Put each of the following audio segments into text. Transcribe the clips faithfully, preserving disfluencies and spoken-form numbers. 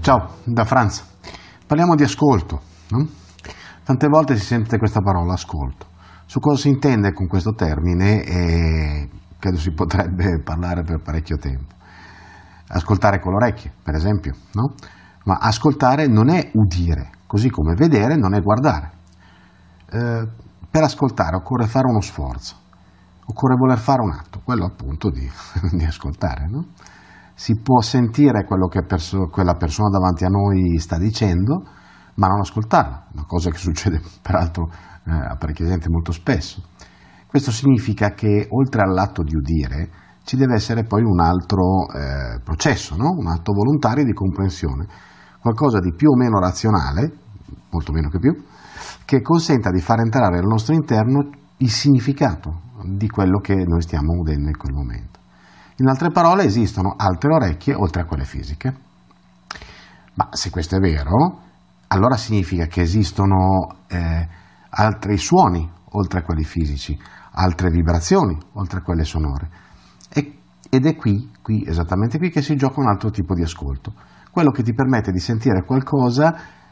Ciao, da Franz. Parliamo di ascolto, no? Tante volte si sente questa parola, ascolto. Su cosa si intende con questo termine e credo si potrebbe parlare per parecchio tempo. Ascoltare con le orecchie, per esempio, no? Ma ascoltare non è udire, così come vedere non è guardare. Eh, per ascoltare occorre fare uno sforzo, occorre voler fare un atto, quello appunto di, di ascoltare, no? Si può sentire quello che perso- quella persona davanti a noi sta dicendo, ma non ascoltarla, una cosa che succede peraltro eh, a parecchia gente molto spesso. Questo significa che oltre all'atto di udire ci deve essere poi un altro eh, processo, no? Un atto volontario di comprensione, qualcosa di più o meno razionale, molto meno che più, che consenta di far entrare al nostro interno il significato di quello che noi stiamo udendo in quel momento. In altre parole, esistono altre orecchie oltre a quelle fisiche. Ma se questo è vero, allora significa che esistono eh, altri suoni oltre a quelli fisici, altre vibrazioni oltre a quelle sonore. E, ed è qui, qui, esattamente qui, che si gioca un altro tipo di ascolto, quello che ti permette di sentire qualcosa,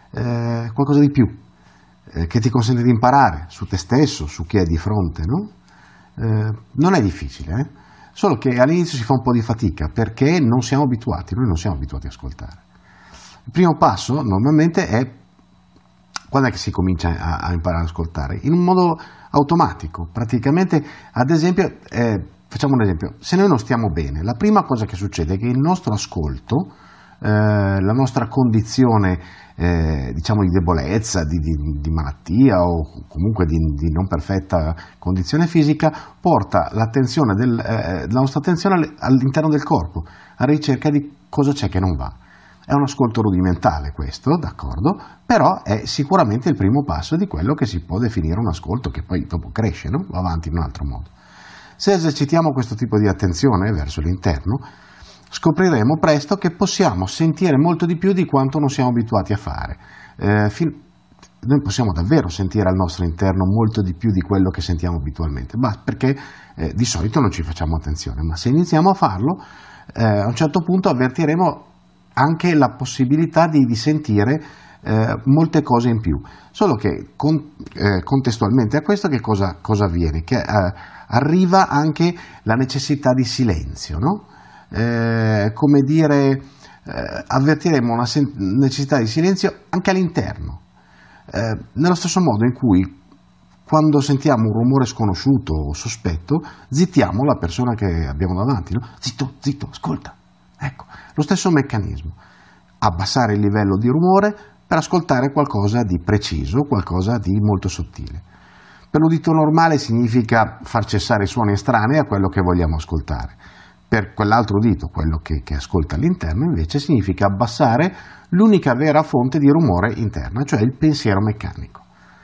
eh, qualcosa di più, eh, che ti consente di imparare su te stesso, su chi è di fronte, no? Eh, non è difficile, eh? Solo che all'inizio si fa un po' di fatica perché non siamo abituati, noi non siamo abituati a ascoltare. Il primo passo normalmente è quando è che si comincia a, a imparare ad ascoltare? In un modo automatico, praticamente, ad esempio, eh, facciamo un esempio, se noi non stiamo bene, la prima cosa che succede è che il nostro ascolto, eh, la nostra condizione eh, diciamo di debolezza, di, di, di malattia o comunque di, di non perfetta condizione fisica porta l'attenzione del, eh, la nostra attenzione all'interno del corpo, a ricerca di cosa c'è che non va. È un ascolto rudimentale questo, d'accordo, però è sicuramente il primo passo di quello che si può definire un ascolto che poi dopo cresce, no? Va avanti in un altro modo. Se esercitiamo questo tipo di attenzione verso l'interno, scopriremo presto che possiamo sentire molto di più di quanto non siamo abituati a fare. Eh, fin... Noi possiamo davvero sentire al nostro interno molto di più di quello che sentiamo abitualmente, ma perché eh, di solito non ci facciamo attenzione, ma se iniziamo a farlo, eh, a un certo punto avvertiremo anche la possibilità di, di sentire eh, molte cose in più. Solo che con, eh, contestualmente a questo che cosa, cosa avviene? Che eh, arriva anche la necessità di silenzio, no? Eh, come dire, eh, avvertiremo una sen- necessità di silenzio anche all'interno, eh, nello stesso modo in cui quando sentiamo un rumore sconosciuto o sospetto zittiamo la persona che abbiamo davanti, no? Zitto, zitto, ascolta. Ecco, lo stesso meccanismo, abbassare il livello di rumore per ascoltare qualcosa di preciso, qualcosa di molto sottile. Per l'udito normale significa far cessare i suoni estranei a quello che vogliamo ascoltare. Per quell'altro udito, quello che, che ascolta all'interno, invece significa abbassare l'unica vera fonte di rumore interna, cioè il pensiero meccanico.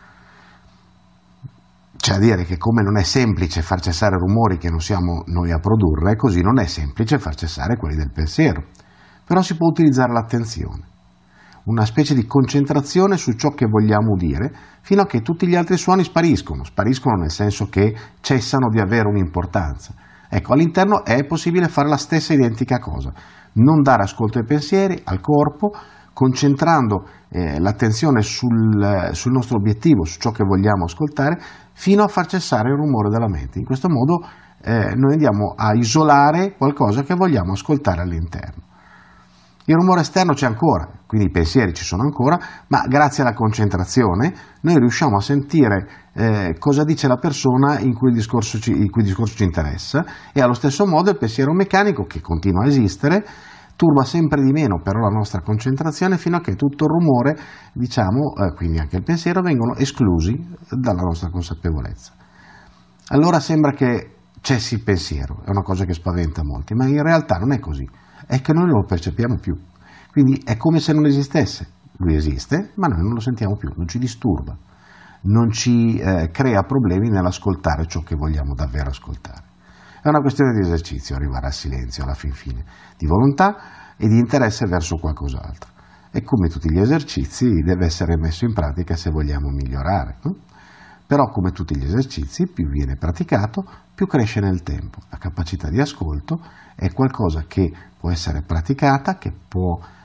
C'è da dire che come non è semplice far cessare rumori che non siamo noi a produrre, così non è semplice far cessare quelli del pensiero. Però si può utilizzare l'attenzione, una specie di concentrazione su ciò che vogliamo udire, fino a che tutti gli altri suoni spariscono, spariscono nel senso che cessano di avere un'importanza. Ecco, all'interno è possibile fare la stessa identica cosa, non dare ascolto ai pensieri, al corpo, concentrando eh, l'attenzione sul, sul nostro obiettivo, su ciò che vogliamo ascoltare, fino a far cessare il rumore della mente. In questo modo eh, noi andiamo a isolare qualcosa che vogliamo ascoltare all'interno. Il rumore esterno c'è ancora, quindi i pensieri ci sono ancora, ma grazie alla concentrazione noi riusciamo a sentire eh, cosa dice la persona in cui il discorso ci, in cui il discorso ci interessa, e allo stesso modo il pensiero meccanico, che continua a esistere, turba sempre di meno però la nostra concentrazione, fino a che tutto il rumore, diciamo, eh, quindi anche il pensiero, vengono esclusi dalla nostra consapevolezza. Allora sembra che cessi il pensiero, è una cosa che spaventa molti, ma in realtà non è così, è che noi non lo percepiamo più, quindi è come se non esistesse. Lui esiste, ma noi non lo sentiamo più, non ci disturba, non ci eh, crea problemi nell'ascoltare ciò che vogliamo davvero ascoltare. È una questione di esercizio arrivare al silenzio alla fin fine, di volontà e di interesse verso qualcos'altro. E come tutti gli esercizi deve essere messo in pratica se vogliamo migliorare, no? Però come tutti gli esercizi, più viene praticato, più cresce nel tempo. La capacità di ascolto è qualcosa che può essere praticata, che può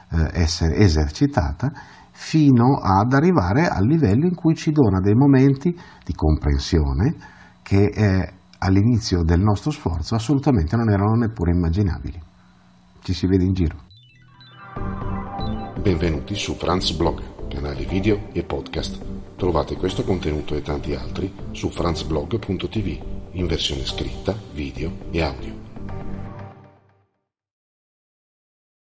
eh, essere esercitata, fino ad arrivare al livello in cui ci dona dei momenti di comprensione che eh, all'inizio del nostro sforzo assolutamente non erano neppure immaginabili. Ci si vede in giro. Benvenuti su Franz Blog, canale video e podcast. Trovate questo contenuto e tanti altri su franzblog punto tv in versione scritta, video e audio.